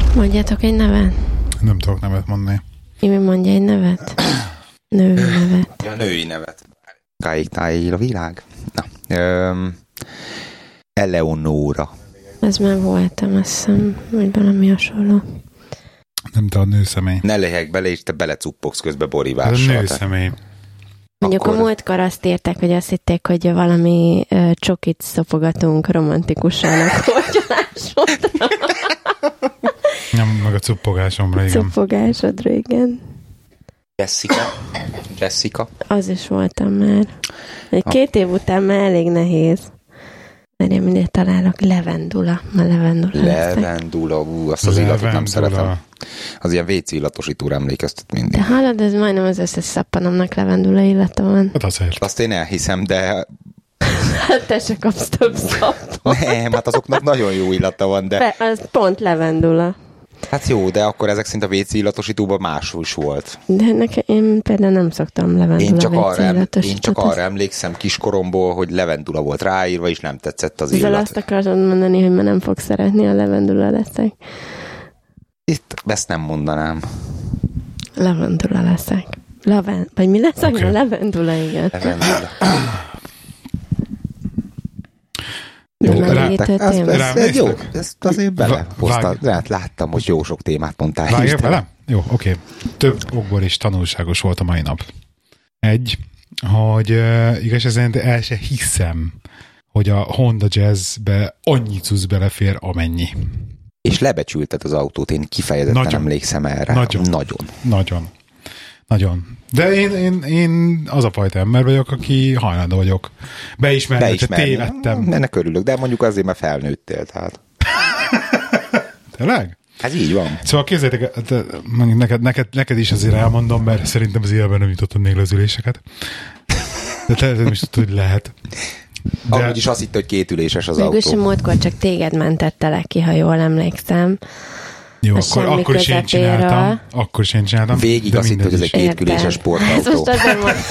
Mondjátok egy nevet? Nem tudok nevet mondani. Imi, mondja egy nevet. Női nevet. Ja, női nevet. Káig a világ. Na. Eleonóra. Ez már voltam, azt hiszem, hogy valami hasonló. Nem te a nőszemély. Ne lehek bele, és te belecuppogsz közbe Ez borívással. a nőszemély. Mondjuk a múltkor azt írták, hogy azt hitték, hogy valami csokit szopogatunk romantikusan a kortyolásodra. Nem, meg a cuppogásomra, igen. Cuppogásodra, igen. Jessica. Az is voltam már. 2 év után már elég nehéz. Mert én mindig találok Levendula. Levendula, azt az illatot nem szeretem. Az ilyen WC illatosítóra emlékeztet mindig. De hallod, ez majdnem az összes szappanomnak Levendula illata van. Hát azért. Azt én elhiszem, de... Hát te se kapsz több szappant. Nem, hát azoknak nagyon jó illata van, de... Az pont Levendula. Hát jó, de akkor ezek szerint a WC illatosítóban más is volt. De én például nem szoktam Levendula Én csak arra emlékszem kiskoromból, hogy Levendula volt ráírva, és nem tetszett az illat. Ezzel azt akarod mondani, hogy már nem fog szeretni, a Levendula leszek. Itt ezt nem mondanám. Levendula leszek. Vagy mi leszek? Okay. Levendula, igen. Levendula. Jó, ez jó. Ezt azért belehoztad. Láttam, hogy jó sok témát mondtál. Vágjak vele? Jó, oké. Több okból is tanulságos volt a mai nap. Egy, hogy igaz, el se hiszem, hogy a Honda Jazzbe annyi cucc belefér, amennyi. És lebecsülted az autót, én kifejezetten emlékszem erre. Nagyon. De én az a fajta ember vagyok, aki hajlandó vagyok. Beismerni, hogy tévedtem. Ennek örülök, de mondjuk azért, mert felnőttél, tehát. Tényleg? Ez így van. Szóval képzeljétek, neked is azért elmondom, mert szerintem az életben nem jutottam még le az üléseket. De te nem is tudod, hogy lehet. Amúgy is azt hitt, hogy 2 üléses az autó. Mégis múltkor csak téged mentettelek ki, ha jól emlékszem. Jó, akkor is én csináltam. Végig azt hitt, hogy ez egy 2 üléses sportautó. Ez most azért mondom.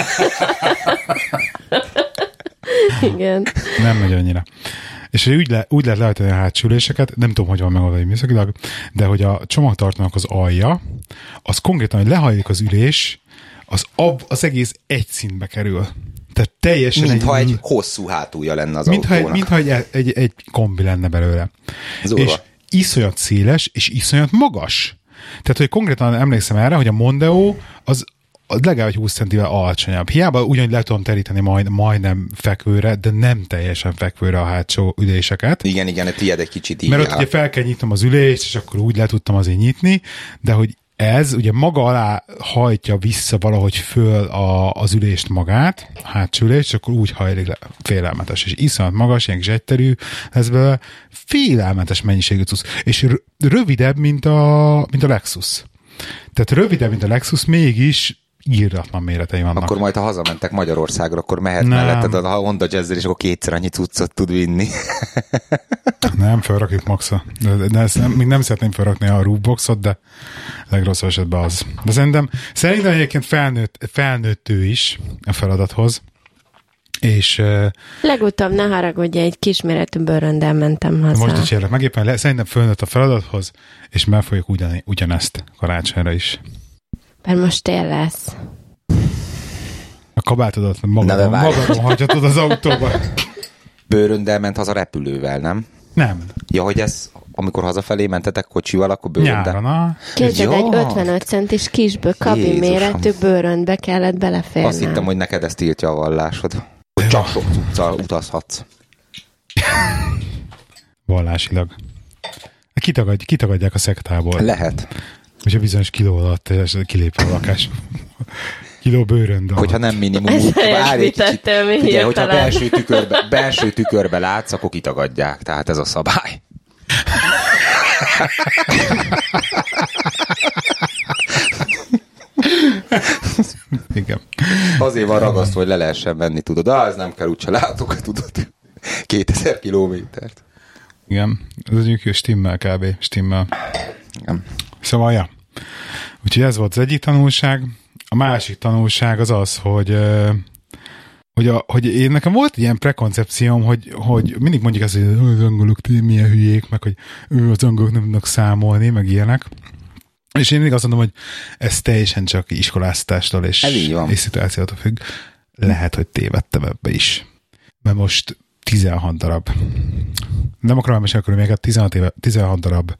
Igen. Nem megy annyira. És úgy lehet lehajtani a hátsó üléseket, nem tudom, hogy van megoldani műszakilag, de hogy a csomagtartónak az alja, az konkrétan, hogy lehajlik az ülés, az egész egy szintbe kerül. Tehát teljesen mintha egy hosszú hátulja lenne az autónak. Mintha egy kombi lenne belőle. És iszonyat széles, és iszonyat magas. Tehát, hogy konkrétan emlékszem erre, hogy a Mondeo az legalább egy 20 centivel alacsonyabb. Hiába ugyanúgy le tudom teríteni majdnem fekvőre, de nem teljesen fekvőre a hátsó üléseket. Igen, a tiéd egy kicsit így. Mert ott ugye fel kell nyitnom az ülést, és akkor úgy le tudtam azért nyitni, de hogy ez ugye maga alá hajtja vissza valahogy föl az ülést magát, a hátsó ülést, és akkor úgy hajlik le. Félelmetes. És iszonyat magas, ilyen kis egyterű, ez belőle félelmetes mennyiségű cucc. És rövidebb, mint a Lexus. Tehát rövidebb, mint a Lexus, mégis írdatlan méretei vannak. Akkor majd, ha hazamentek Magyarországra, akkor mehet melletted a Honda Jazz-el, és akkor 2-szer annyi cuccot tud vinni. Nem, felrakjuk maxa. Még nem szeretném felrakni a roofboxot, de legrosszabb esetben az. De szerintem egyébként felnőtt ő is a feladathoz. És legutóbb, ne haragudj, egy kisméretű bőröndel mentem haza. Most dicsérlek meg, éppen szerintem fölnőtt a feladathoz, és meg fogjuk ugyanezt karácsonyra is. Mert most tél lesz. A kabátodat magadon hagyhatod az autóba. Bőröndel ment haza repülővel, nem? Nem. Ja, hogy ez, amikor hazafelé mentetek kocsival, akkor bőröndel. Nyáron, képzeld, egy 55 centis kisből kabin méretű bőröndbe kellett beleférnem. Azt hittem, hogy neked ezt tiltja a vallásod. Hogy csak sok cuccal utazhatsz. Vallásilag. Kitagadják a szektából. Lehet. Hogyha bizonyos kiló alatt kilép a lakás. Kiló bőrönd. Hogyha nem minimum, várj egy kicsit. Ugye, hogyha belső tükörbe látsz, akkor kitagadják. Tehát ez a szabály. Igen. Azért van ragasztva, hogy le lehessen venni, tudod. Ez nem kell, úgyse látok, tudod. 2000 kilométert. Igen. Ez mondjuk stimmel kb. Stimmel. Igen. Szóval, ja. Úgyhogy ez volt az egyik tanulság. A másik tanulság az az, hogy hogy én nekem volt egy ilyen prekoncepcióm, hogy mindig mondjuk azt, hogy az angolok milyen hülyék, meg hogy az angolok nem tudnak számolni, meg ilyenek. És én mindig azt mondom, hogy ez teljesen csak iskoláztatástól és szituációtól függ. Lehet, hogy tévedtem ebbe is. Mert most 16 darab. Nem akarom elmesélni a körülményeket, 16 darab,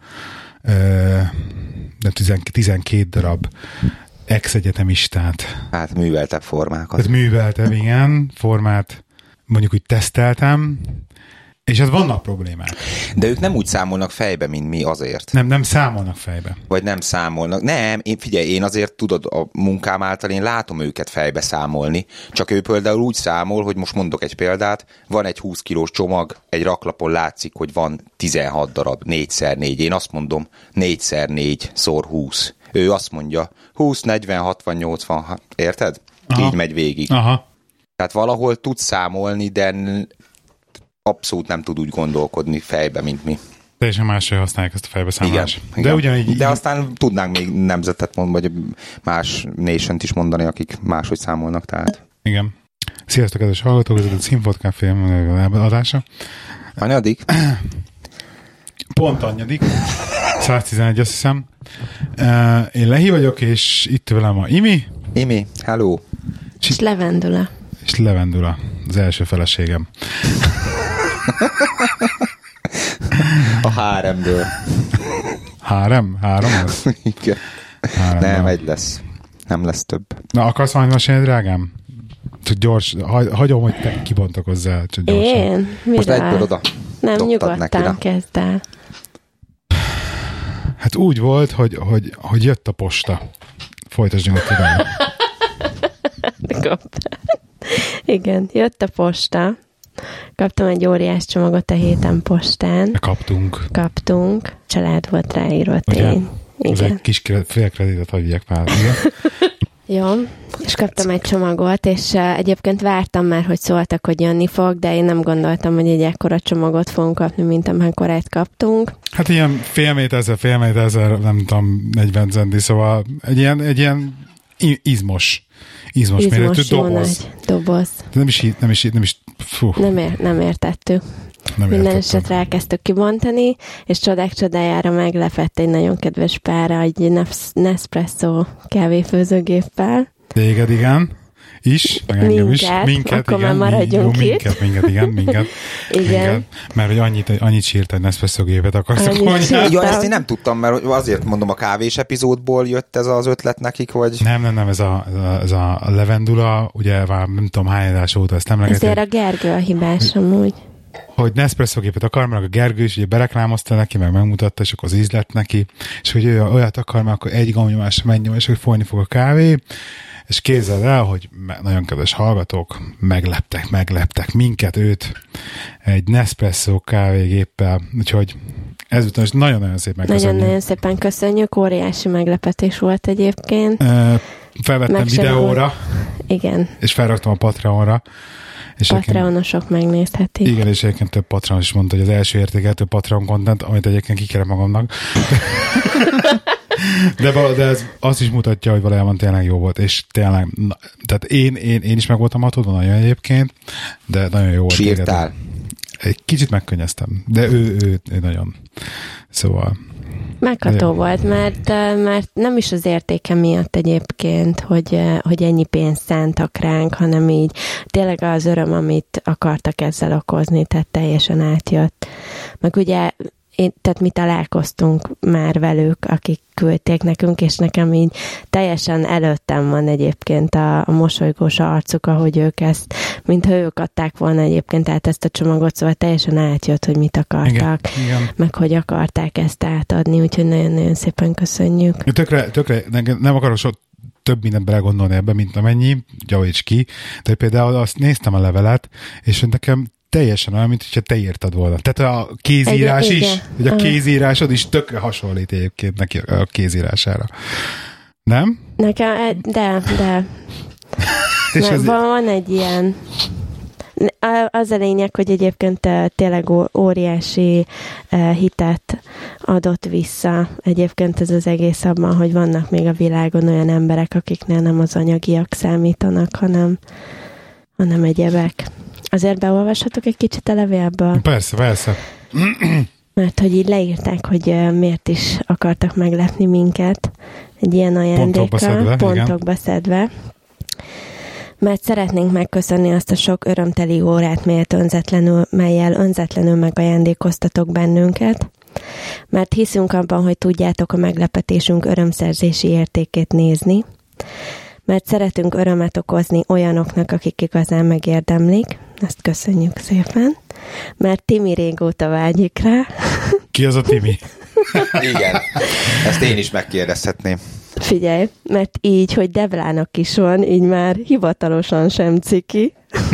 nem 12 darab ex-egyetemistát. Hát műveltebb formákat. Tehát műveltem, igen, formát mondjuk úgy teszteltem, és hát vannak problémák. De ők nem úgy számolnak fejbe, mint mi azért. Nem számolnak fejbe. Vagy nem számolnak. Nem, figyelj, én azért tudod, a munkám által én látom őket fejbe számolni, csak ő például úgy számol, hogy most mondok egy példát, van egy 20 kilós csomag, egy raklapon látszik, hogy van 16 darab, 4x4. Én azt mondom, 4x4 szor 20. Ő azt mondja, 20, 40, 60, 80, érted? Aha. Így megy végig. Aha. Tehát valahol tud számolni, de abszolút nem tud úgy gondolkodni fejbe, mint mi. Teljesen másra használják ezt a fejbeszámolást. Igen. De ugyanígy... De aztán tudnánk még nemzetet mondani, vagy más nation-t is mondani, akik máshogy számolnak, tehát. Igen. Sziasztok, kedves hallgatók, ez a Színfotkán film adása. Anyadik? Pont annyadik. 111, azt hiszem. Én Lehi vagyok, és itt velem a Imi. Imi, hello. És Levendula. És Levendula, az első feleségem. A háremből. Három az? Igen. Nem, egy lesz. Nem lesz több. Na, akarsz valamit mesélni, drágám? Csak gyors, hagyom, hogy te kibontakozzál. Csak gyorsan. Én? Most egyből oda. Nem, nyugodtan kezd el. Hát úgy volt, hogy jött a posta. Folytasd nyugodtan el. Igen, jött a posta. Kaptam egy óriás csomagot a héten postán. Kaptunk. Család volt ráírva tény. Az egy kis félkreditet adják pár. Jó, és kaptam egy csomagot, és egyébként vártam már, hogy szóltak, hogy jönni fog, de én nem gondoltam, hogy egy ekkora csomagot fogunk kapni, mint amekkorát kaptunk. Hát ilyen fél méter, nem tudom, 40 centi, szóval egy ilyen izmos méretű doboz. Nem is fú. Nem értettük. Minden esetre elkezdtük kibontani, és csodák csodájára meglepett egy nagyon kedves pára egy Nespresso kávéfőzőgéppel. Téged, igen. Is, meg engem is. Minket, akkor igen. Már maradjunk itt. Minket. Igen. Mert hogy annyit sírt egy Nespresso gépet akarsz mondani. Ja, ezt én nem tudtam, mert azért mondom, a kávés epizódból jött ez az ötlet nekik, vagy? Nem, ez a Levendula, ugye már nem tudom hány adás óta ezt emlegetett. Ezért a Gergő a hibás amúgy. Hogy Nespresso gépet akar, meg a Gergő is ugye bereklámozta neki, meg megmutatta, és akkor az íz lett neki, és hogy ő olyat akar, mert akkor egy gomnyomásra menjen, és hogy folyni fog a kávé, és képzeld el, hogy nagyon kedves hallgatók, megleptek minket, őt egy Nespresso kávégéppel, úgyhogy ezután is nagyon-nagyon szépen köszönjük. Nagyon-nagyon szépen köszönjük, óriási meglepetés volt egyébként. Felvettem videóra, igen. És felraktam a Patreonra. Patreonosok megnézhetik. Igen, és egyébként több Patreon is mondta, hogy az első értékeltő Patreon content, amit egyébként kikérem magamnak. De ez azt is mutatja, hogy valójában tényleg jó volt, és tényleg, tehát én is meg voltam hatódva nagyon egyébként, de nagyon jó volt. Sírtál? Egy kicsit megkönnyeztem, de ő nagyon. Szóval... Megható volt, mert nem is az értéke miatt egyébként, hogy ennyi pénzt szántak ránk, hanem így tényleg az öröm, amit akartak ezzel okozni, tehát teljesen átjött. Meg ugye tehát mi találkoztunk már velük, akik küldték nekünk, és nekem így teljesen előttem van egyébként a mosolygós arcuk, ahogy ők ezt, mintha ők adták volna egyébként át ezt a csomagot, szóval teljesen átjött, hogy mit akartak, igen. Meg hogy akarták ezt átadni, úgyhogy nagyon-nagyon szépen köszönjük. Tökre nem akarok több mindent belegondolni ebbe, mint amennyi, gyógyíts ki, de például azt néztem a levelet, és nekem teljesen olyan, mint hogyha te írtad volna. Tehát a kézírás is, hogy a kézírásod is tökre hasonlít egyébként neki a kézírására. Nem? Nekem, de. Van egy ilyen. Az a lényeg, hogy egyébként tényleg óriási hitet adott vissza. Egyébként ez az egész abban, hogy vannak még a világon olyan emberek, akiknél nem az anyagiak számítanak, hanem egyebek. Azért beolvashatok egy kicsit a levélből? Persze. Mert hogy így leírták, hogy miért is akartak meglepni minket egy ilyen ajándékkal, pontokba szedve. Mert szeretnénk megköszönni azt a sok örömteli órát, melyel önzetlenül megajándékoztatok bennünket, mert hiszünk abban, hogy tudjátok a meglepetésünk örömszerzési értékét nézni, mert szeretünk örömet okozni olyanoknak, akik igazán megérdemlik, ezt köszönjük szépen, mert Timi régóta vágyik rá. Ki az a Timi? Igen, ezt én is megkérdezhetném. Figyelj, mert így, hogy Devlának is van, így már hivatalosan sem ciki.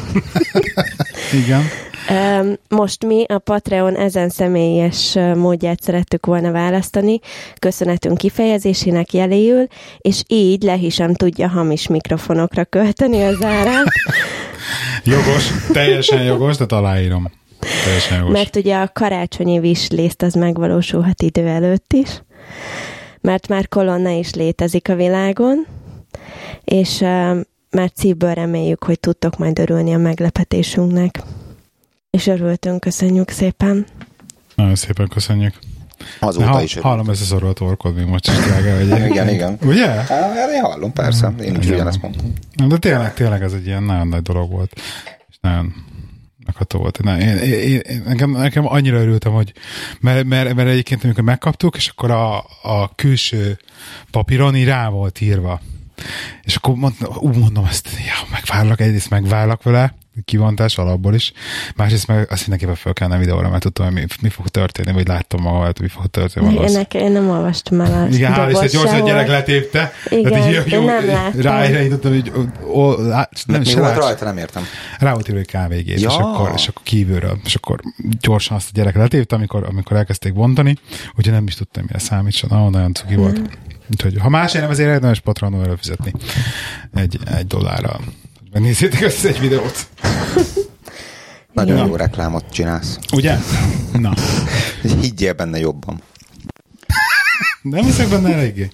Igen. Most mi a Patreon ezen személyes módját szerettük volna választani, köszönetünk kifejezésének jeléül, és így Lehi sem tudja hamis mikrofonokra költeni az árát. Jogos, teljesen jogos, de aláírom. Teljesen jogos. Mert ugye a karácsonyi wishlist az megvalósulhat idő előtt is, mert már kolonna is létezik a világon, és már szívből reméljük, hogy tudtok majd örülni a meglepetésünknek. És örültünk, köszönjük szépen. Nagyon szépen köszönjük. Azóta is. Hallom, összeszorul a torkod még most is, drága. Igen. Ugye? Hát, én hallom, persze. Én is ugyanezt mondom. De tényleg ez egy ilyen nagyon nagy dolog volt. És nagyon megható volt. Nekem annyira örültem, hogy mert egyébként, amikor megkaptuk, és akkor a külső papíron így rá volt írva. És akkor mondom ezt, egyrészt megvárlak vele, kivontás alapból is. Másrészt meg azt mindenképpen fel kellene videóra, mert tudtam, hogy mi fog történni, vagy láttam magam, hogy mi fog történni. Én nem olvastam el a igen, hál' Isten, gyorsan a gyerek letépte. Igen, én nem láttam. Ráirányítottam, hogy mi volt rajta, nem értem. Rá volt írva, hogy kávégét, és akkor kívülről, és akkor gyorsan azt a gyerek letépte, amikor elkezdték bontani, úgyhogy nem is tudtam, mire számítson. Nagyon cuki volt. Úgyhogy, ha más nem, azért érdemes Patreonon előfizetni $1. Megnézzétek össze egy videót. Nagyon jó reklámot csinálsz. Ugye? Na. Higgyél benne jobban. Nem hiszek benne eléggé.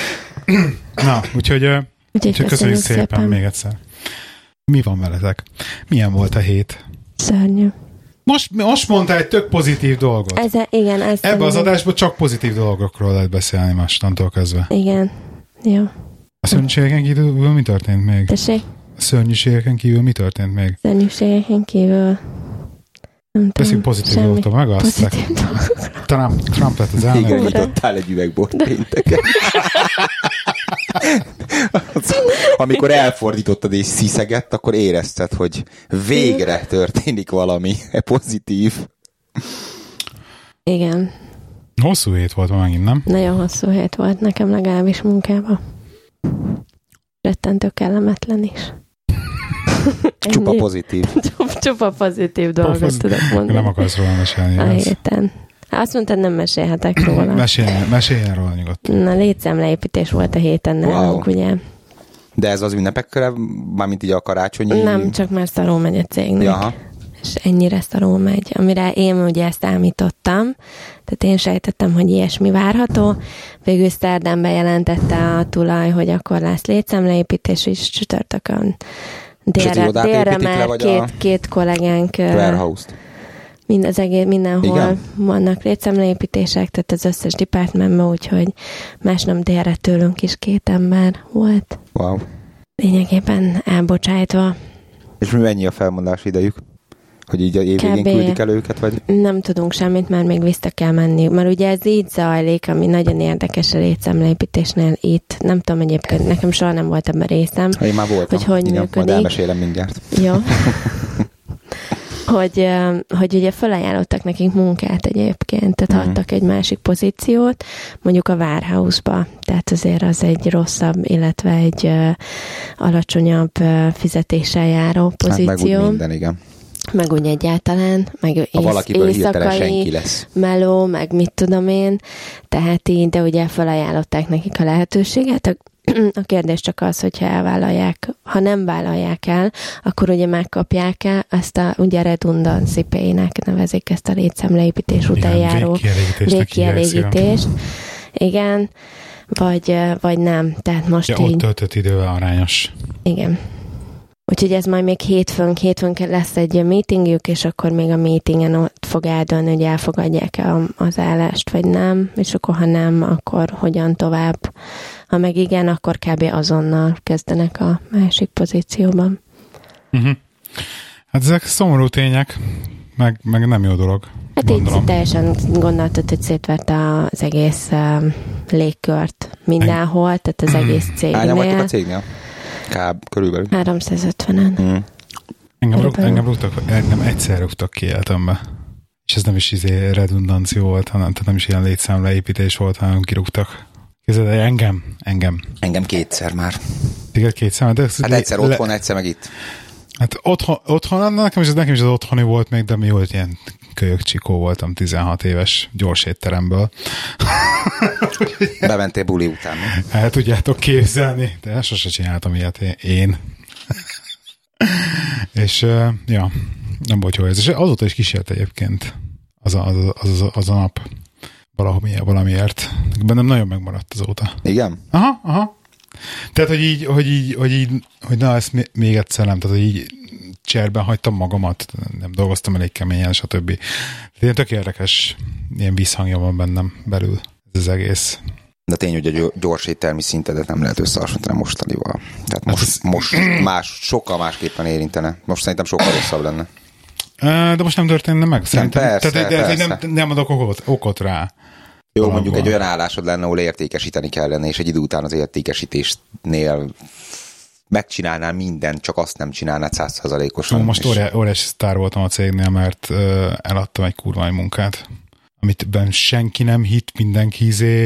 Na, úgyhogy köszönjük szépen még egyszer. Mi van veletek? Milyen volt a hét? Szörnyű. Most mondtál egy tök pozitív dolgot. Igen. Ebben az adásban csak pozitív dolgokról lehet beszélni mostantól kezdve. Igen. Jó. A szörnyűségeken kívül mi történt még? Tessék? A szörnyűségeken kívül mi történt még? Szörnyűségeken kívül... Beszéljünk pozitív dolgokról, megasszak. Trump lett az elnök. Igen, nyitottál egy üvegbort pénteken. Amikor elfordítottad és sziszegett, akkor érezted, hogy végre történik valami pozitív. Igen. Hosszú hét volt ma megint, nem? Nagyon hosszú hét volt nekem legalábbis munkában. Rettentő kellemetlen is. Csupa pozitív. Csupa pozitív dolgot tudok mondani. Nem akarsz róla mesélni. A héten. Azt mondtad, nem mesélhetek róla. Meséljen róla nyugodtan. Na, létszámleépítés volt a héten nálunk, ugye? De ez az ünnepekre, mármint így a karácsonyi... Nem, csak már szarul megy a cégnek. Jaha. És ennyire szarul megy. Amire én ugye ezt számítottam, tehát én sejtettem, hogy ilyesmi várható. Végül szerdán bejelentette a tulaj, hogy akkor lesz létszámleépítés, és csütörtökön délre már két kollégánk warehouse-t. Mindenhol igen. Vannak létszámleépítések, tehát az összes departmentben, úgyhogy másnap délre tőlünk is 2 ember volt. Wow. Lényegében elbocsájtva. És mi mennyi a felmondási idejük? Hogy így a évvégén küldik el őket, vagy? Nem tudunk semmit, mert még vissza kell menni. Mert ugye ez így zajlik, ami nagyon érdekes a létszámleépítésnél itt. Nem tudom egyébként, nekem soha nem volt ebben részem. Én már voltam. Hogy igen, működik. Majd elmesélem mindjárt. Jó. hogy ugye felajánlottak nekünk munkát egyébként, tehát adtak egy másik pozíciót, mondjuk a warehouse-ba, tehát azért az egy rosszabb, illetve egy alacsonyabb fizetéssel járó pozíció. Hát meg úgy minden, igen. Meg úgy egyáltalán, meg éjszakai meló, meg mit tudom én, tehát így, de ugye felajánlották nekik a lehetőséget. A kérdés csak az, hogyha elvállalják, ha nem vállalják el, akkor ugye megkapják el ezt a ugye redundancy pay-nek nevezik ezt a létszámleépítés után járó végkielégítést. Igen, vagy nem. Tehát most ja, így... ott töltött idővel arányos. Igen. Úgyhogy ez majd még hétfőn lesz egy meetingjük, és akkor még a meetingen ott fog eldőlni, hogy elfogadják-e az állást, vagy nem, és akkor ha nem, akkor hogyan tovább. Ha meg igen, akkor kb. Azonnal kezdenek a másik pozícióban. Uh-huh. Hát ezek szomorú tények, meg nem jó dolog. Hát így teljesen gondoltad, hogy szétverte az egész légkört mindenhol, tehát az egész cégnél. Hányan vagytok a cégnél? Körülbelül. 350-en. Engem egyszer rúgtak ki életembe. És ez nem is redundanció volt, hanem tehát nem is ilyen létszámleépítés volt, hanem kirúgtak. Képzeld, engem kétszer már. Igen, kétszer? De hát egyszer otthon, egyszer meg itt. Hát otthon nekem is az otthoni volt még, de mi volt ilyen kölyök csikó voltam, 16 éves, gyors étteremből. Bementél buli után. Hát tudjátok képzelni, de sose csináltam ilyet én. És ja, nem volt jó ez. És azóta is kísért egyébként az a nap valamiért. Bennem nagyon megmaradt azóta. Igen? Aha. Tehát, hogy na, ezt még egyszer nem, tehát, hogy így cserben hagytam magamat, nem dolgoztam elég keményen, stb. Ilyen tök érdekes, ilyen visszhangja van bennem belül ez az egész. De tény, hogy a gyors éttermi szintedet nem lehet összehasonlítani mostanival. Tehát most sokkal másképpen érintene. Most szerintem sokkal rosszabb lenne. De most nem történne meg. Szerintem. Persze, tehát nem adok okot rá. Jó, valahol. Mondjuk egy olyan állásod lenne, ahol értékesíteni kellene, és egy idő után az értékesítésnél megcsinálnál mindent, csak azt nem csinálnád 100%-osan. Most óriási sztár voltam a cégnél, mert eladtam egy kurva munkát, amit senki nem hitt, mindenki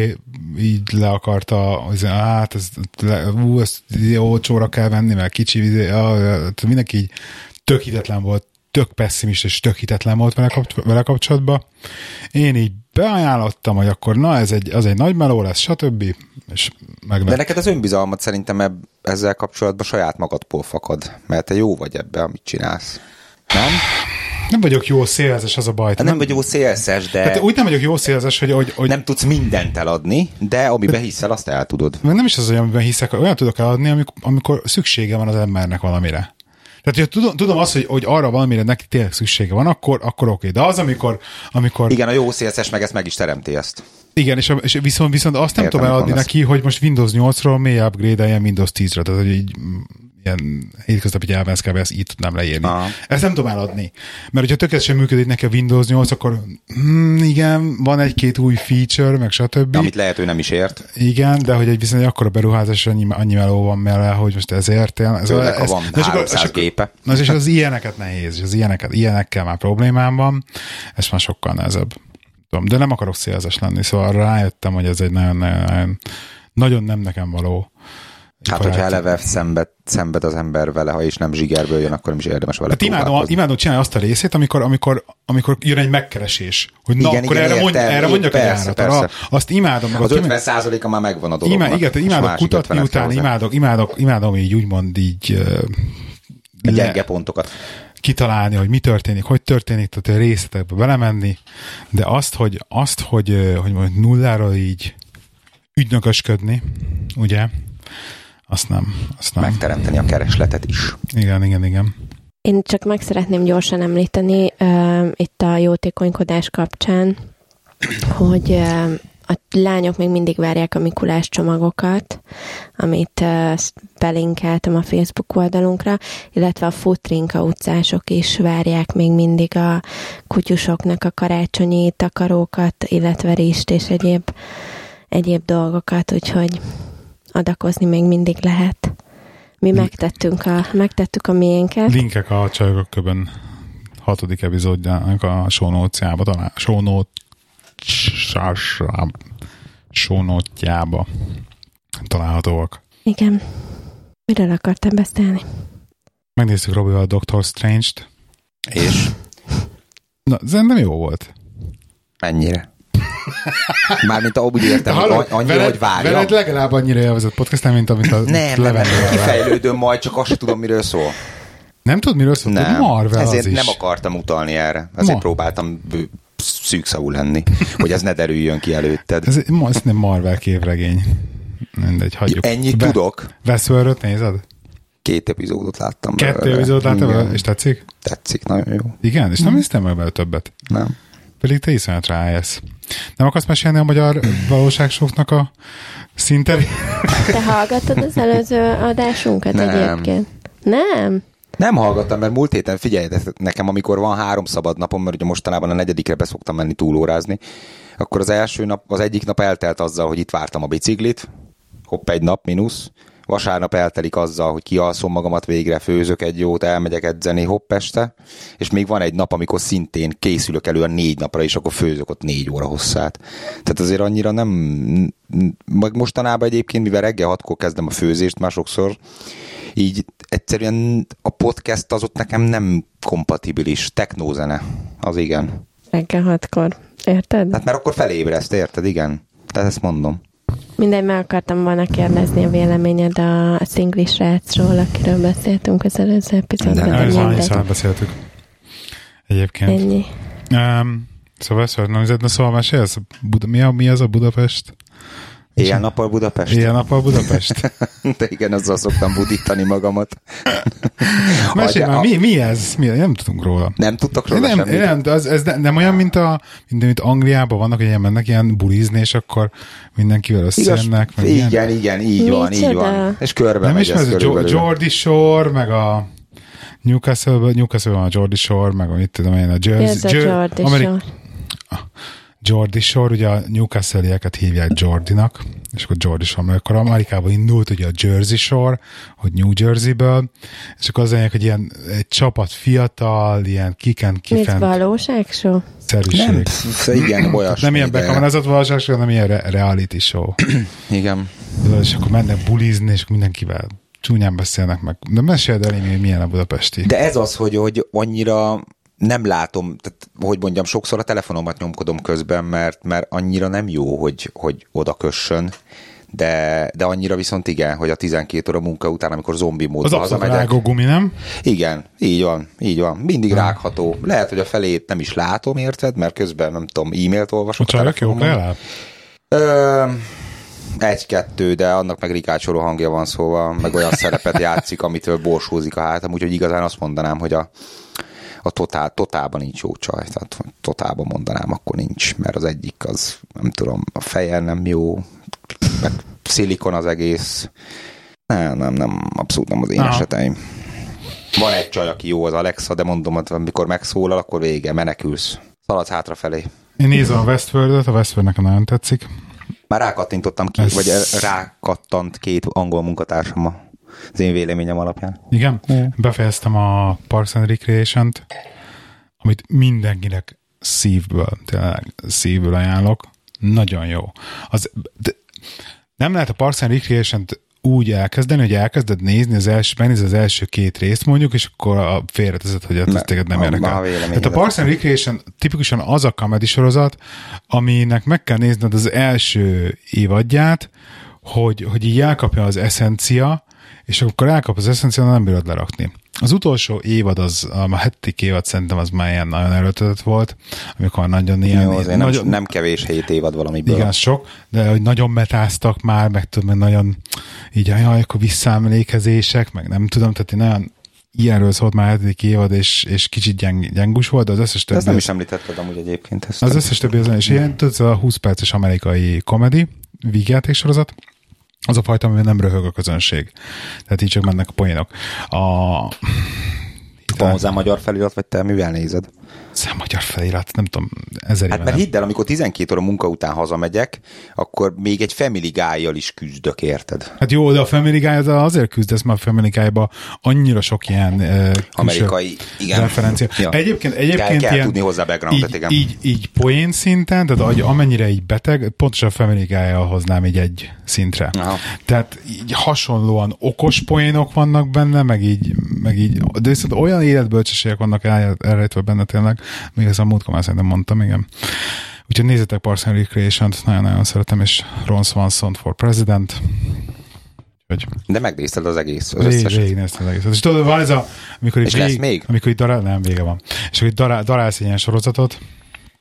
így le akarta, hát ezt olcsóra kell venni, mert kicsi mindenki így tök hitetlen volt, tök pessimista és tök hitetlen volt vele kapcsolatban. Én így beajánlottam, hogy akkor na, az egy nagy meló lesz, stb. És de neked az önbizalmat szerintem ezzel kapcsolatban saját magadból fakad, mert te jó vagy ebbe, amit csinálsz. Nem? Nem vagyok jó szélzes, az a baj. Nem vagy jó szélzes, de... Hát úgy nem vagyok jó szélzes, hogy... Nem tudsz mindent eladni, de amiben hiszel, azt el tudod. Nem is az, hogy amiben hiszek, olyan tudok eladni, amikor szüksége van az embernek valamire. Tehát, hogy tudom azt, hogy arra valamire neki tényleg szüksége van, akkor oké. De az, amikor... Igen, a jó szélzes meg ezt meg is teremti ezt. Igen, és viszont azt nem tudom eladni neki, hogy most Windows 8-ról mély upgrade-eljen Windows 10-re. Tehát, hogy így ilyen hétköznapi nyelven ezt így tudnám leírni. Aha. Ezt nem tudom eladni. Mert hogyha tökéletesen működik neki a Windows 8, akkor igen, van egy-két új feature, meg stb. Amit lehet, ő nem is ért. Igen, de hogy viszont egy akkora beruházás, annyi meló van mellé, hogy most ezért... Főleg, ha van 300 gépe. Na, és az ilyeneket nehéz, és az ilyenekkel már problémám van, ez már sokkal nehezebb. De nem akarok szélzes lenni, szóval rájöttem, hogy ez egy nagyon nem nekem való. Hát, hogyha eleve szenved az ember vele, ha és nem zsigerből jön, akkor nem is érdemes vele imádom csinálni azt a részét, amikor jön egy megkeresés. Hogy na, igen, akkor erre mondjak egy árat. Azt imádom. Meg az 50%-a már megvan a dolognak. Igen, imádok kutatni utána, imádom így úgymond így... gyenge pontokat. Kitalálni, hogy mi történik, hogy történik, tehát a részletekbe belemenni, de azt, hogy nulláról így ügynökösködni, ugye, azt nem. Megteremteni a keresletet is. Igen. Én csak meg szeretném gyorsan említeni itt a jótékonykodás kapcsán, hogy a lányok még mindig várják a Mikulás csomagokat, amit belinkeltem a Facebook oldalunkra, illetve a Futrinka utcások is várják még mindig a kutyusoknak a karácsonyi takarókat, illetve rist és egyéb dolgokat, úgyhogy adakozni még mindig lehet. Mi megtettük a miénket. Linkek a Csajok Köbön 6. epizódjának a show notes-jába találhatóak. Igen. Miről akartam beszélni? Megnéztük Robival a Doctor Strange-t. És? Na, szerintem jó volt. Mennyire? Mármint úgy értem, hogy annyira, hogy várja. Veled legalább annyira élvezett podcast, mint amit a Nem, kifejlődöm majd, csak azt sem tudom, miről szól. Nem tudod, miről szól? Nem, Marvel ezért az is. Nem akartam utalni erre. Ezért próbáltam szűkszavú lenni, hogy ez ne derüljön ki előtted. Ez nem Marvel képregény. Mindegy, hagyjuk. Ennyit tudok. Westworld-öt nézed? 2 epizódot láttam. 2 epizódot láttam, és tetszik? Tetszik, nagyon jó. Igen, és nem néztem meg vele többet. Nem. Pedig te iszonyat rájesz. Nem akarsz mesélni a magyar valóságsoknak a szinterét? Te hallgattad az előző adásunkat Nem. egyébként? Nem? Nem hallgattam, mert múlt héten figyelj, nekem amikor van 3 szabad napom, mert ugye mostanában a 4-dikre beszoktam menni túlórázni, akkor az egyik nap eltelt azzal, hogy itt vártam a biciklit, hopp, egy nap mínusz, vasárnap eltelik azzal, hogy kialszom magamat végre, főzök egy jót, elmegyek edzeni, hopp este, és még van egy nap, amikor szintén készülök elő a 4 napra, és akkor főzök ott 4 óra hosszát. Tehát azért annyira nem... Mostanában egyébként, mivel reggel 6-kor kezdem a főzést már sokszor, így egyszerűen a podcast az ott nekem nem kompatibilis. Technózene, az igen. Reggel 6-kor, érted? Hát mert akkor felébreszt, érted? Igen. Tehát ezt mondom. Mindegy, meg akartam volna kérdezni a véleményed a szingli srácról, akiről beszéltünk az előző epizódban. De annyiszor beszéltük. Egyébként. Ennyi. Szóval mesélsz? Mi az a Budapest? Éjjel-nappal Budapest? Éjjel-nappal Budapest. De igen, azzal szoktam budítani magamat. Mesélj már, mi ez? Nem tudunk róla. Nem tudtak róla semmit? Nem, ez nem olyan, mint Angliában vannak, hogy mennek ilyen bulizni, és akkor mindenkivel összejönnek. Igen, így van. És körbe nem megy ez körülbelül. Geordie Shore, meg a Newcastle van a Geordie Shore, meg a mit tudom én, a Geordie Shore, ugye a Newcastle-ieket hívják Geordie-nak, és akkor Geordie Shore, mert akkor Amerikában indult ugye a Jersey Shore, hogy New Jersey-ből, és akkor az lényeg, hogy ilyen egy csapat fiatal, ilyen kifent. Mit valóságshow? Szerűség. Nem, igen, olyasmi. Nem ilyen bekamerázott valóságshow, hanem ilyen reality show. Igen. És akkor mennek bulizni, és mindenkivel csúnyán beszélnek meg. De meséld el, hogy milyen a budapesti. De ez az, hogy annyira nem látom, tehát, hogy mondjam, sokszor a telefonomat nyomkodom közben, mert annyira nem jó, hogy oda kössön, de annyira viszont igen, hogy a 12 óra munka után, amikor zombi módban hazamegyek. Az rágó gumi, nem? Igen, így van. Mindig rágható. Lehet, hogy a felét nem is látom, érted? Mert közben, nem tudom, e-mailt olvasok. A csajok jók legalább? 1-2, de annak meg rikácsoló hangja van, szóval meg olyan szerepet játszik, amitől borsózik a hátam, úgyhogy igazán azt mondanám, hogy a totálban nincs jó csaj, tehát totálban mondanám, akkor nincs, mert az egyik az, nem tudom, a feje nem jó, meg szilikon az egész. Nem, abszolút nem az én eseteim. Van egy csaj, aki jó, az Alexa, de mondom, hogy amikor megszólal, akkor vége, menekülsz. Szaladsz hátrafelé. Én nézem a Westworld-ot, a Westworld nekem nagyon tetszik. Már rákattintottam vagy rákattant 2 angol munkatársam az én véleményem alapján. Igen? Befejeztem a Parks and Recreation-t, amit mindenkinek szívből ajánlok. Nagyon jó. Nem lehet a Parks and Recreation-t úgy elkezdeni, hogy elkezded nézni, megnézed az első 2 részt mondjuk, és akkor félreteszed, hogy ez téged nem érdekel. Tehát a Parks and Recreation tipikusan az a comedy sorozat, aminek meg kell nézned az első évadját, hogy így elkapja az eszencia, és akkor elkap az eszencia, nem bírod lerakni. Az utolsó évad, a 7. évad szerintem az már ilyen nagyon erőltetett volt, amikor nagyon ilyen... Jó, azért nem kevés 7 évad valamiből. Igen, sok, de hogy nagyon metáztak már, meg tudom, nagyon így, akkor visszaemlékezések, meg nem tudom, tehát én nagyon ilyenről szólt már 7. évad, és kicsit gyengus volt, de az összes többi... Ezt nem is említetted amúgy egyébként. Az összes többi az és ilyen, tudod, a 20 perces amerikai komedi, vígjátéksorozat, az a fajta, amiben nem röhög a közönség. Tehát így csak mennek a poénok. Van hozzá magyar felirat, vagy te mivel nézed? Magyar felirat, nem tudom, 1000 éve. Hát mert hidd el, amikor 12 óra munka után hazamegyek, akkor még egy Family Guy-jal is küzdök, érted? Hát jó, de a Family Guy azért küzdesz, mert a Family Guy-ba annyira sok ilyen amerikai, igen. referencia. Ja. Egyébként kell ilyen, tudni hozzá backgroundot, igen. Így poén szinten, tehát amennyire így beteg, pontosan a Family Guy-jal hoznám így egy szintre. Aha. Tehát így hasonlóan okos poénok vannak benne, meg így de viszont olyan életbölcsességek vannak elrejtve benne tényleg, még ezt a múltkor már szerintem mondtam, igen. Úgyhogy nézzétek Parks and Recreation-t, nagyon-nagyon szeretem, és Ron Swanson for President. De megnézted az egész, az végignéztem az egész. És tudod, van ez amikor és lesz még? Amikor itt nem, vége van. És akkor itt darálsz egy ilyen sorozatot,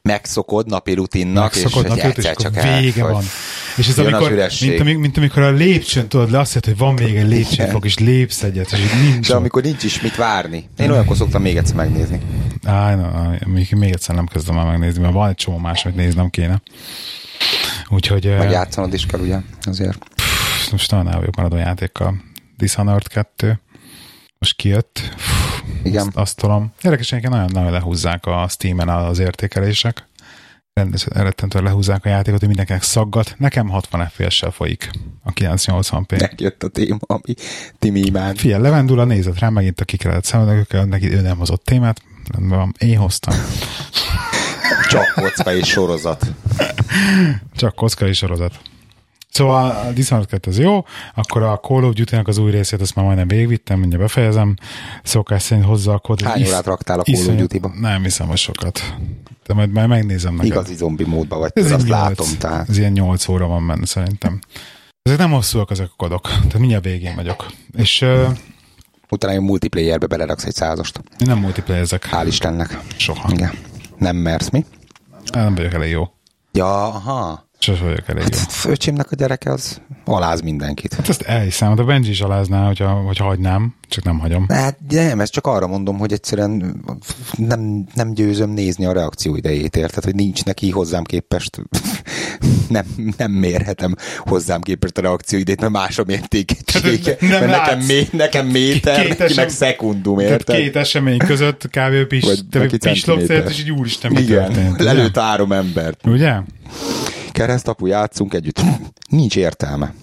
megszokod napi rutinnak, és egyszer csak vége van. És ez amikor, mint amikor a lépcsőn tudod le, azt jelenti, hogy van még egy lépcsőfok, és lépsz egyet, és nincs. De amikor nincs is mit várni. Én olyankor szoktam még egyszer megnézni. Még egyszer nem kezdem el megnézni, mert van egy csomó más, amit néznem kéne. Úgyhogy... Megjátszanod is kell, ugye? Azért. Most nagyon el vagyok maradó játékkal. Dishonored 2. Most kijött. Igen. Azt tolom. Érdekesen nagyon lehúzzák a Steam-en az értékelések. Rettentően lehúzzák a játékot, hogy mindenkinek szaggat. Nekem 60 FPS-sel folyik a 980p. Megjött a téma, ami Timi imád. Figyelj, Levendula nézett rám, megint a kikeredett szemedökkel, neki ő nem hozott témát. Rendben van, én hoztam. Csak kocka és sorozat. Csak kocka és sorozat. Szóval a Dishonored 2 az jó, akkor a Call of Duty-nak az új részét azt már majdnem végigvittem, mindjárt befejezem. Szokás szerint hozzá a kódot. Hány órát raktál a Call of Duty-ba? Nem hiszem, hogy sokat. De majd megnézem neked. Igazi zombi módba vagy, azt 8, látom. Tehát. Ez ilyen 8 óra van benne szerintem. Ezek nem hosszúak ezek a kodok, tehát mindjárt végén vagyok. És... utána egy multiplayerbe beleraksz egy 100-ost. Én nem multiplayezek. Hál' Istennek. Soha. Igen. Nem mersz, mi? Nem vagyok elég jó. Ja, aha. Sose vagyok elég jó. Főcsémnek a gyereke az aláz mindenkit. Hát ezt elhiszem, a Benji is alázná, hogyha hagynám, csak nem hagyom. Hát nem, ezt csak arra mondom, hogy egyszerűen nem győzöm nézni a reakcióidejét, érted, hogy nincs neki hozzám képest, nem mérhetem hozzám képest a reakcióidejét, mert más a mértékegysége. Mert nekem méter, neki meg szekundum, érted? Két esemény között kb. Pislogsz, és így úristen, mi történt? Lelőtt 3 embert. Ugye? Keresztapu, játszunk együtt. Nincs értelme.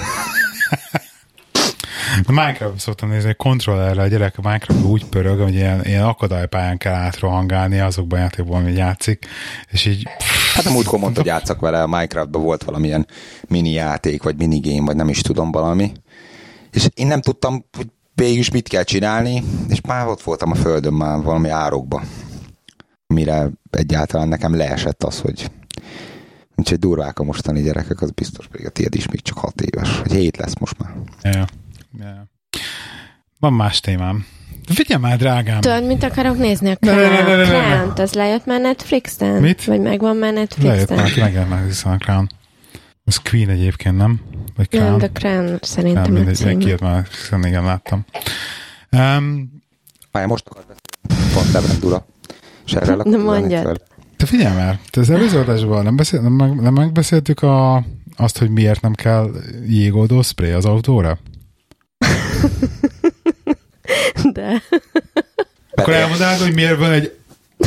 A Minecraft szoktam nézni, hogy kontrollerrel a gyerek a Minecraft úgy pörög, hogy ilyen akadálypályán kell átrohangálni azokban a játékban, amit játszik, és így... Hát a múltkor mondta, hogy játszak vele, a Minecraftban volt valamilyen mini játék, vagy minigame, vagy nem is tudom valami. És én nem tudtam, hogy végül is mit kell csinálni, és már ott voltam a földön már valami árokba, mire egyáltalán nekem leesett az, hogy úgyhogy durvák a mostani gyerekek, az biztos, pedig a tiéd is még csak 6 éves. Vagy 7 lesz most már. Ja. Van más témám. Figyelj már, drágám! Tudod, mit akarok nézni a Crown-t? Az lejött már Netflixen? Mit? Vagy megvan már Netflixen? Lejött már, aki megjelent már hiszen a Crown. Ez Queen egyébként, nem? Vagy Crown? Nem, The Crown szerintem a címe. Kijött már, hiszen igen, láttam. Most akar beszélni. Pont Levendula. És erre Na mondjad. Te figyelj már, te az előző adásban nem megbeszéltük azt, hogy miért nem kell jégoldó spray az autóra? De. Akkor elmondanád, hogy miért van egy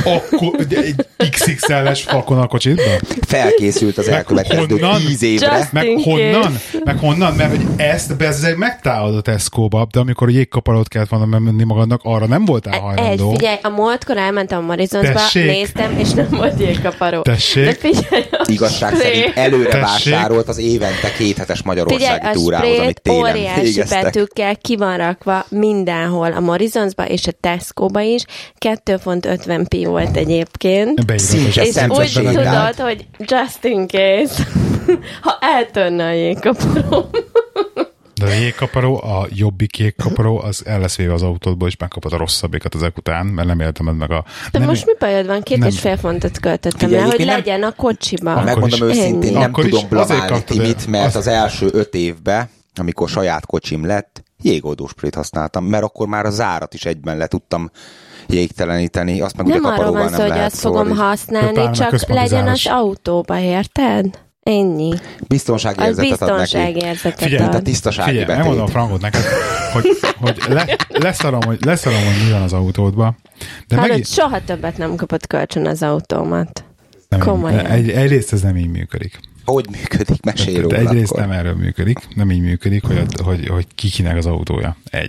XXL-es fakon a kocsitban? Felkészült az elkövetkező 10 évre. Meg honnan? Mert hogy ezt bezzeg megtalálod a Tesco-ba, de amikor jégkaparót kellett volna menni magadnak, arra nem voltál hajlandó. Figyelj, a múltkor elmentem a Morrisonsba, néztem, és nem volt jégkaparó. Tessék? De figyelj, igazság szerint előre vásárolt az évente 2 hetes magyarországi túrához, amit télen végeztek. Óriási betűkkel ki van rakva mindenhol, a Morrisonsba és a Tesco-ba is. 2 font 50p volt egyébként. És úgy tudod, hogy just in case, ha eltörne a jégkaparó. De a jégkaparó, a jobbik jégkaparó, az el lesz véve az autódból, és megkapod a rosszabbikat ezek után, mert nem éltem meg a... De most mi bajod van? 2,5 fontot költöttem le, hogy legyen a kocsiba. Megmondom őszintén, nem tudom blamálni Timit, mert az első 5 évben, amikor saját kocsim lett, jégoldósprayt használtam, mert akkor már a zárat is egyben le tudtam jégteleníteni, azt meg nem ugye kaparóval nem lehet. Nem arról van szó, hogy azt fogom használni, csak legyen az autóba, érted? Ennyi. Biztonságérzetet ad neki. Figyelj, a tisztasági betét. Megmondom a Frankot neked, hogy leszarom, hogy mi van az autódba. De soha többet nem kapott kölcsön az autómat. Komolyan. Egyrészt ez nem így működik. Hogy működik? Mesélj róla. Egyrészt akkor. nem erről működik. Nem így működik, hogy kikinek az autója. 1.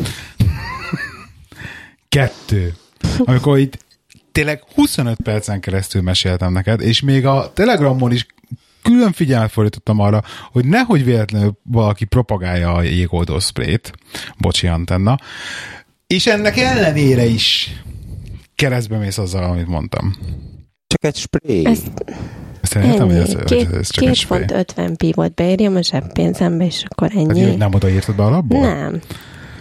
2. Amikor itt tényleg 25 percen keresztül meséltem neked, és még a Telegramon is külön figyelmet fordítottam arra, hogy nehogy véletlenül valaki propagálja a jégoldó sprayt, bocsi antenna, és ennek ellenére is keresztbe mész azzal, amit mondtam. Csak egy spray. Ezt értem, hogy ez csak egy spray. 2 font 50p volt, beírjam a zseppénzembe, és akkor ennyi. Hát, nem odaírtad be alapból? Nem.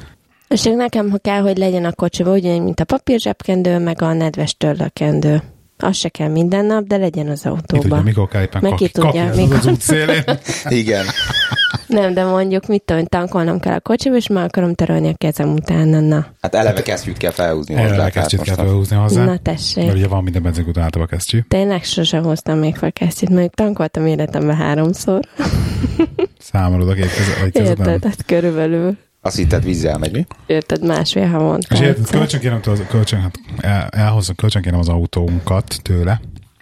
És nekem kell, hogy legyen a kocsiba ugyanúgy, mint a papírzsebkendő, meg a nedves törlőkendő. Az se kell minden nap, de legyen az autóban. Ki tudja, mikor kell éppen kapni az út szélén. Igen. Nem, de mondjuk mit tudom, tankolnom kell a kocsiba, és már akarom törölni a kezem utána, na. Hát eleve kesztyűt kell felhúzni hozzá. Eleve kesztyűt kell felhúzni hozzá. Na tessék. Mert ugye van minden benzinkúton általában kesztyű. Tényleg sosem hoztam még fel kesztyűt, mondjuk tankoltam életemben 3-szor. Számolod a Érted, hát körülbelül. Azt hitted vízzel megy, mi? Érted, másfél havonta. És érted, kölcsönkérem az autónkat tőle.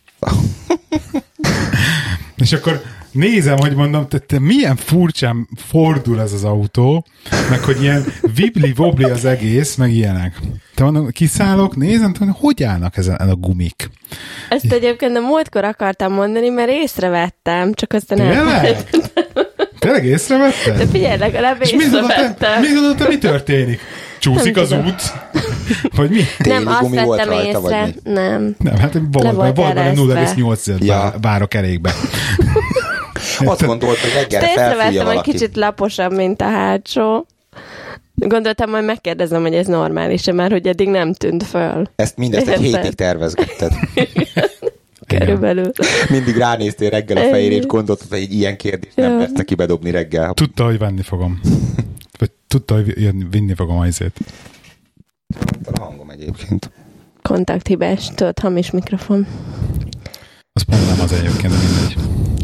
És akkor nézem, hogy mondom, te milyen furcsán fordul ez az autó, meg hogy ilyen vibli-vobli az egész, meg ilyenek. Te mondom, kiszállok, nézem, hogy állnak ezen a gumik. Ezt egyébként a múltkor akartam mondani, mert észrevettem, csak aztán elfelejtettem. Tényleg észrevetted? De figyelj, legalább észrevettem. Mi gondolod, te mi történik? Csúszik az út? Vagy mi? Nem, azt vettem észre. Nem, hát volt benne 0,8 bár a kerékbe. Azt gondolt, hogy reggelre felfújja valaki. Egy kicsit laposabb, mint a hátsó. Gondoltam, majd megkérdezem, hogy ez normális-e, mert hogy eddig nem tűnt föl. Mindezt egy hétig tervezgetted. Körülbelül. Mindig ránéztél reggel a fejére, és gondoltad, hogy egy ilyen kérdést nem lesz neki bedobni reggel. Tudta, hogy venni fogom. Vagy tudta, hogy vinni fogom azért. A hangom egyébként. Kontakthibás, tudod, hamis mikrofon. Az pont nem az egyébként, de mindegy.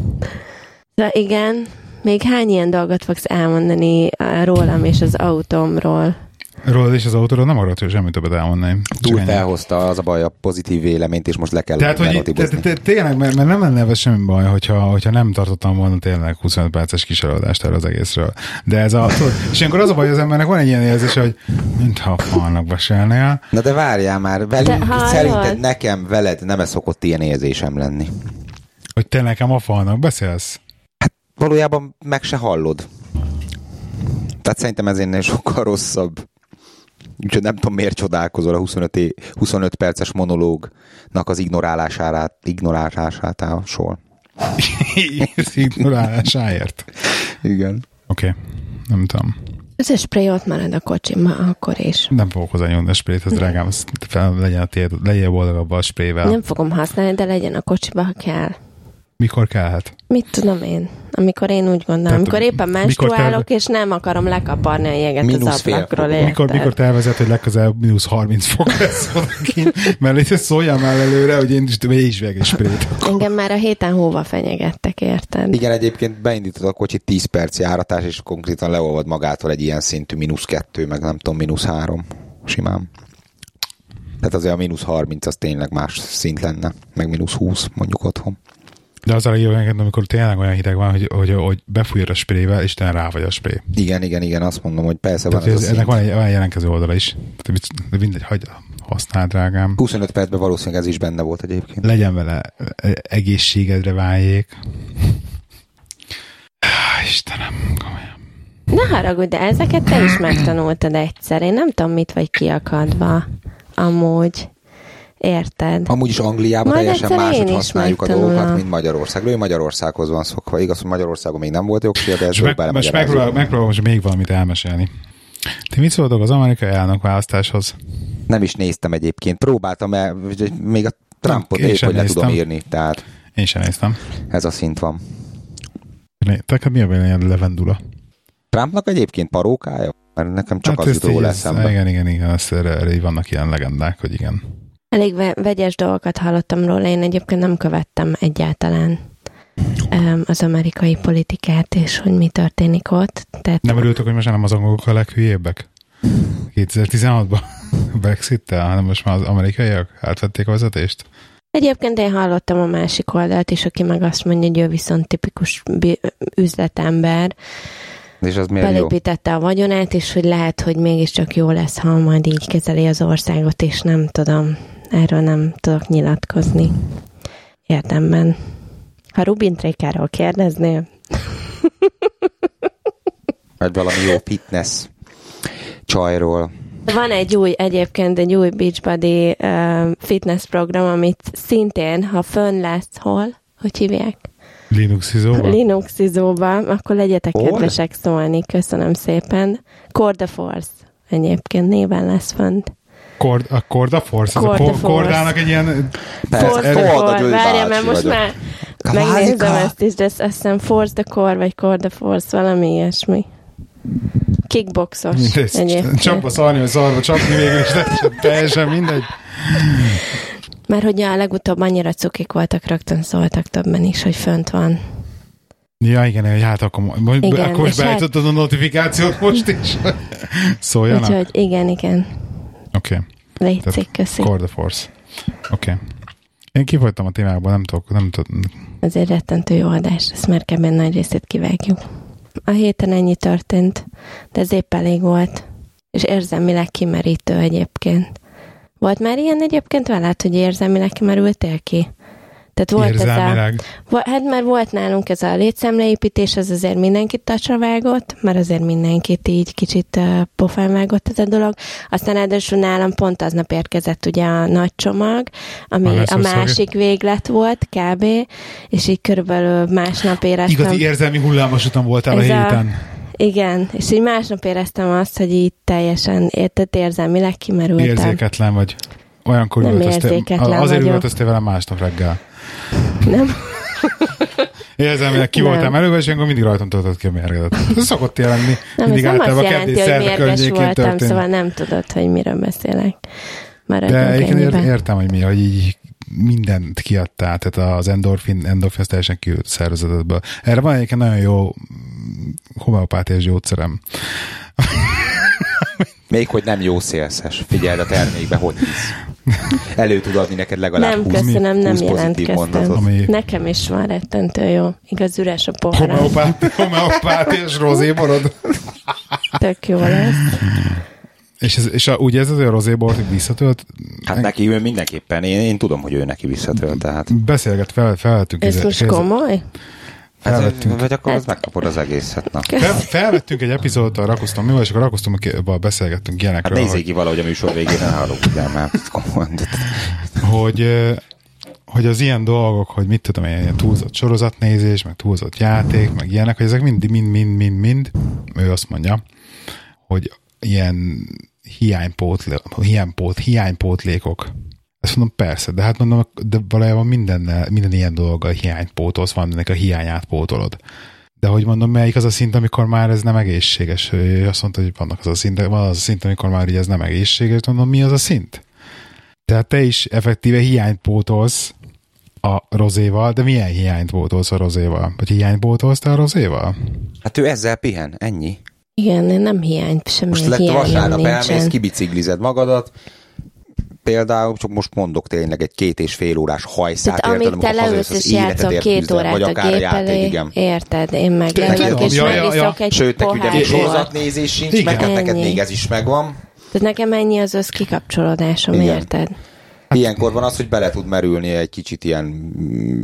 De igen, még hány ilyen dolgot fogsz elmondani rólam és az autómról? Rólad és az autóról nem akarod semmit többet elmondani. Túl felhozta, az a baj, a pozitív véleményt, és most le kell negativozni. Tényleg, mert nem lenne semmi baj, hogyha nem tartottam volna tényleg 25 perces kisorodást erről az egészről. De ez és akkor az a baj, az embernek van egy ilyen érzés, hogy mintha a falnak beszélnél. Na de várjál már, szerinted nekem veled nem szokott ilyen érzésem lenni. Hogy te nekem a falnak beszélsz? Hát valójában meg se hallod. Tehát szerintem ez ennél sokkal rosszabb. Úgyhogy nem tudom, miért csodálkozol a 25 perces monológnak az ignorálásáról. Az ignorálásáért? Igen. Oké, nem tudom. Ez a spray ott marad a kocsimban akkor is. Nem fogok hozzányúlni a sprayt, ez drágám, legyen a tiéd, legyél boldogabb a sprayvel. Nem fogom használni, de legyen a kocsiba, ha kell. Mikor kellhet? Mit tudom én? Amikor én úgy gondolom. Amikor éppen menstruálok, és nem akarom lekaparni a jeget az ablakról. Mikor tervezed, hogy legközelebb -30 fok lesz odakint? Mert légy szóljál már előre, hogy én is vegyek egy sprayt. Engem már a héten hóval fenyegettek, érted? Igen, egyébként beindítod a kocsit 10 perc járatás, és konkrétan leolvad magától egy ilyen szintű -2, meg nem tudom, -3 simán. Tehát azért a -30 az tényleg más szint lenne, meg -20 mondjuk otthon. De az a legjobb, amikor tényleg olyan hideg van, hogy befújod a sprével, és te rá vagy a spré. Igen, azt mondom, hogy persze tehát van ez ennek van egy jelenkező oldala is. De mindegy, hagyd használd, drágám. 25 percben valószínűleg ez is benne volt egyébként. Legyen vele, egészségedre váljék. Istenem, komolyan. Ne haragudj, de ezeket te is megtanultad egyszer. Én nem tudom, mit vagy kiakadva. Amúgy. Érted? Amúgy is Angliában teljesen máshogy használjuk a dolgokat, mint Magyarországról. Magyarországhoz van szokva. Igaz, hogy Magyarországon még nem volt jogsia, de ez most megpróbálom most még valamit elmesélni. Ti mit szóltok az amerikai elnökválasztáshoz? Nem is néztem egyébként. Próbáltam, még a Trumpot épp, hogy le tudom írni. Tehát én sem néztem. Ez a szint van. Tehát mi a véleményed Levendula? Trumpnak egyébként parókája? Mert nekem csak az jut róla eszembe. Igen, erre vannak ilyen legendák, hogy igen. Elég vegyes dolgokat hallottam róla, én egyébként nem követtem egyáltalán az amerikai politikát, és hogy mi történik ott. Tehát... Nem örültök, hogy most nem az angolok a leghülyébbek? 2016-ban Brexit-tel, hanem most már az amerikaiak átvették a vezetést? Egyébként én hallottam a másik oldalt is, aki meg azt mondja, hogy ő viszont tipikus üzletember, és az belépítette a vagyonát, és hogy lehet, hogy mégiscsak jó lesz, ha majd így kezeli az országot, és nem tudom, erről nem tudok nyilatkozni érdemben. Ha Rubin Trékáról kérdeznél... Vagy valami jó fitness csajról. Van egyébként egy új Beachbody fitness program, amit szintén, ha fönn lesz, hogy hívják? Linuxizóba, akkor legyetek kedvesek szólni. Köszönöm szépen. Core the Force egyébként néven lesz fönt. Corda Force? Kordának egy ilyen... Várja, mert most már megnézem ezt is, de azt hiszem Force the Core, vagy Corda Force, valami ilyesmi. Kickboxos egyébként. Csapba szarni, hogy szarba csapni végül is, de teljesen mindegy. Mert hogy a legutóbb annyira cukik voltak, rögtön szóltak többen is, hogy fönt van. Ja, igen, hogy hát akkor most beállítottad a notifikációt most is. Szóljanak. Úgyhogy igen. Oké. Létszik, köszi. Corda Force. Oké. Én kifogytam a témákból, nem tudok. Ez egy rettentő jó adás, ezt már kebben nagy részét kivágjuk. A héten ennyi történt, de ez épp elég volt. És érzelmileg kimerítő egyébként. Volt már ilyen egyébként veled, hogy érzelmileg kimerültél ki? Tehát volt érzelmileg? Hát már volt nálunk ez a létszámleépítés, ez azért mindenkit tacsra vágott, mert azért mindenkit így kicsit pofán vágott ez a dolog. Aztán ráadásul nálam pont aznap érkezett ugye a nagy csomag, ami a másik véglet volt kb. És így körülbelül másnap éreztem. Igazi érzelmi hullámos utam voltál a héten. Igen, és így másnap éreztem azt, hogy így teljesen érzelmileg kimerültem. Érzéketlen vagy. Olyankor azért üvöltöztél velem másnap reggel. Nem. Érzelmileg ki voltam előbb, és akkor mindig rajtam töltött ki a mérgedet. Ez szokott jelenni. Nem, ez nem azt jelenti, hogy mérges voltam, szóval nem tudod, hogy miről beszélek. De egyébként értem, hogy mi, hogy így mindent kiadtál, tehát az endorfin teljesen kiült szervezetedből. Erre van egyébként nagyon jó homeopátiás gyógyszerem. Még hogy nem jó szélszes. Figyeld a termékbe, hogy hisz. Elő tud adni neked legalább nem, 20, köszönöm, 20 nem pozitív mondatot. Nekem is van rettentő jó. Igaz, üres a poharam. Homeopátiás rozéborod. Tök jó lesz. És ugye ez az a rozébort, hogy visszatölt? Hát neki ő mindenképpen. Én tudom, hogy ő neki visszatölt. Tehát. Felvettünk. Ez most komoly? Vagy akkor az megkapod az egészet. Felvettünk egy epizódot a Rakusztom, és akkor Rakusztomban beszélgettünk ilyenekről. Hát nézzék ki valahogy a műsor végén, ne hallok, már hogy az ilyen dolgok, hogy mit tudom én, ilyen túlzott sorozatnézés, meg túlzott játék, meg ilyenek, hogy ezek mind, ő azt mondja, hogy ilyen hiánypótlékok. Ezt mondom, persze, de hát mondom, de valójában minden ilyen dologgal hiányt pótolsz, van ennek a hiányát pótolod. De hogy mondom, melyik az a szint, amikor már ez nem egészséges? Ő azt mondta, hogy van az a szint, amikor már így ez nem egészséges. Mondom, mi az a szint? Tehát te is effektíve hiányt pótolsz a rozéval, de milyen hiányt pótolsz a rozéval? Vagy hiányt pótolsz te a rozéval? Hát ő ezzel pihen, ennyi. Igen, nem hiányt, semmilyen hiányom nincsen. Most lett vasárnap, elmész, kibiciklized magadat, például, csak most mondok tényleg egy 2,5 órás hajszát, tehát amíg te leülsz és játszol 2 órát a gép elé, érted, én meg leülök és megiszok egy sőt, neked ugye sorozatnézés sincs, meg neked még ez is megvan. Tehát nekem ennyi az összkikapcsolódásom, érted? Ilyenkor van az, hogy bele tud merülni egy kicsit ilyen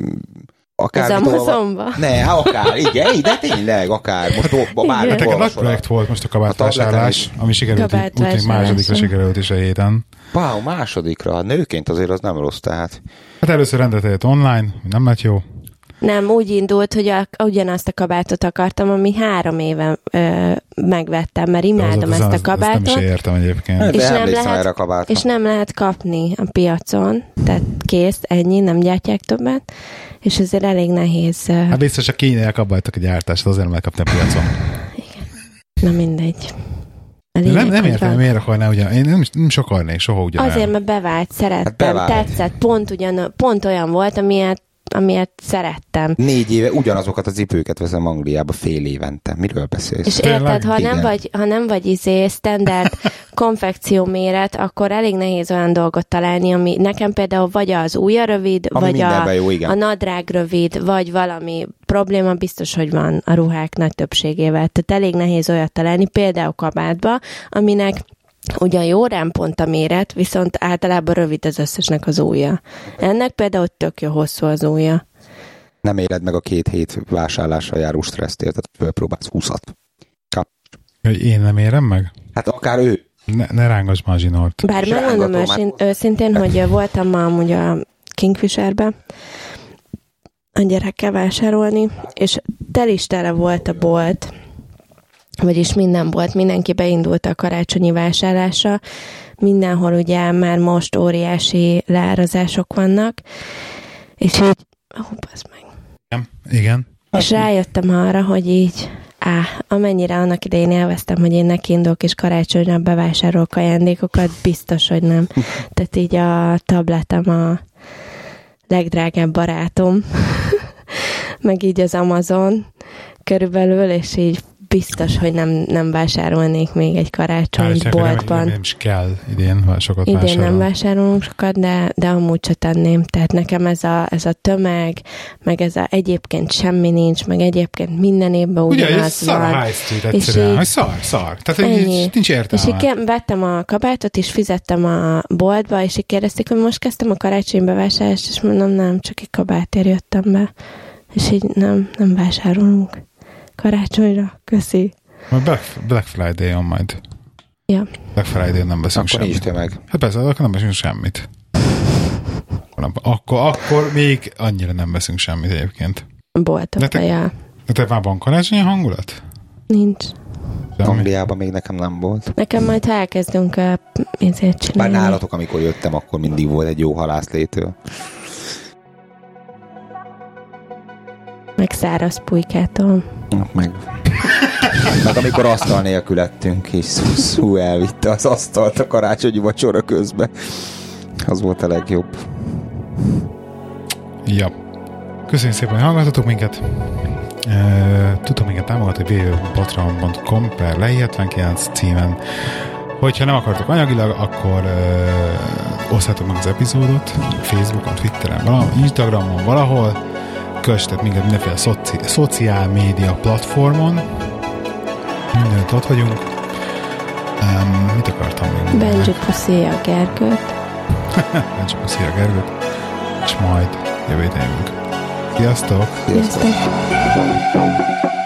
akár az Amazonba? Ne, akár, igen, de tényleg, akár. Most bármikor. Nekem nagy projekt volt most a kabátvásárlás, ami sikerült, úgy másodikra sikerült is a héten. Wow, másodikra. Nőként azért az nem rossz, tehát. Hát először rendeltél online, nem lett jó. Nem, úgy indult, hogy ugyanazt a kabátot akartam, ami 3 éve megvettem, mert imádom ezt a kabátot. Ezt nem is értem egyébként. És nem lehet kapni a piacon, tehát kész, ennyi, nem gyártják többet, és ezért elég nehéz. Hát biztos, hogy kínaiak abbajtak a gyártást, azért megkapni a piacon. Igen. Na mindegy. Nem értem, miért akarná, ugye? Én nem is akarnék soha ugyanolyan. Azért, mert bevált, szerettem, tetszett, pont olyan volt, amilyet szerettem. 4 éve ugyanazokat az cipőket veszem Angliába fél évente. Miről beszélsz? És érted, ha nem vagy standard konfekció méret, akkor elég nehéz olyan dolgot találni, ami nekem például vagy az ujja rövid, ami vagy a nadrág rövid, vagy valami probléma biztos, hogy van a ruhák nagy többségével. Tehát elég nehéz olyat találni, például kabátba, aminek ugyan jó rám pont a méret, viszont általában rövid az összesnek az ujja. Ennek például tök jó hosszú az ujja. Nem éled meg a 2 hét vásárlásra járó stresszt, tehát fölpróbálsz 20-at. Hogy én nem érem meg? Hát akár ő. Ne rángass már a zsinort. Bár megmondom őszintén, hogy voltam ma amúgy a Kingfisherbe a gyerekkel vásárolni, és tele volt a bolt vagyis minden bolt, mindenki beindult a karácsonyi vásárlásra, mindenhol ugye már most óriási leárazások vannak, és így, bassz meg. Igen. És rájöttem arra, hogy így, amennyire annak idején elvesztem, hogy én nekiindulok és karácsonyra bevásárolok ajándékokat, biztos, hogy nem. Tehát így a tabletem a legdrágább barátom, meg így az Amazon körülbelül, és így biztos, hogy nem vásárolnék még egy karácsonyt boltban. Nem is kell idén sokat idén vásárolni. Nem vásárolunk sokat, de amúgy se tenném. Tehát nekem ez a tömeg, meg ez a egyébként semmi nincs, meg egyébként minden évben ugyanaz van. Ugye, ez szar a High Street egyszerűen, hogy szar. Tehát így nincs értelme. És így vettem a kabátot, és fizettem a boltba, és így kérdezték, hogy most kezdtem a karácsonyi bevásárlást, és mondom, nem, csak egy kabátért jöttem be. És így nem vásárolunk. Karácsonyra, köszi. Majd Black Friday-on majd. Ja. Black Friday-on nem veszünk akkor semmit. Akkor nincs tömeg. Hát persze, akkor nem veszünk semmit. Akkor még annyira nem veszünk semmit egyébként. Boltokba, ja. De te már van karácsonyi hangulat? Nincs. Angliában még nekem nem volt. Nekem majd, ha elkezdünk ezért csinálni. Bár nálatok, amikor jöttem, akkor mindig volt egy jó halászlétől. Meg száraz pulykától. Meg amikor asztal nélkül ettünk, és Szú elvitte az asztalt a karácsonyi vacsora közben. Az volt a legjobb. Ja. Köszönjük szépen, hogy hallgattatok minket. Tudom minket támogatni www.patreon.com/lei79 címen. Hogyha nem akartok anyagilag, akkor osztátok meg az epizódot Facebookon, Twitteren, Instagramon, valahol. Kövessetek minket mindenféle szociál média platformon. Mindent ott vagyunk. Mit akartam még mondani? Benji puszi a Gergőt. Benji puszi a Gergőt. És majd jövő héten jövünk. Sziasztok! Sziasztok!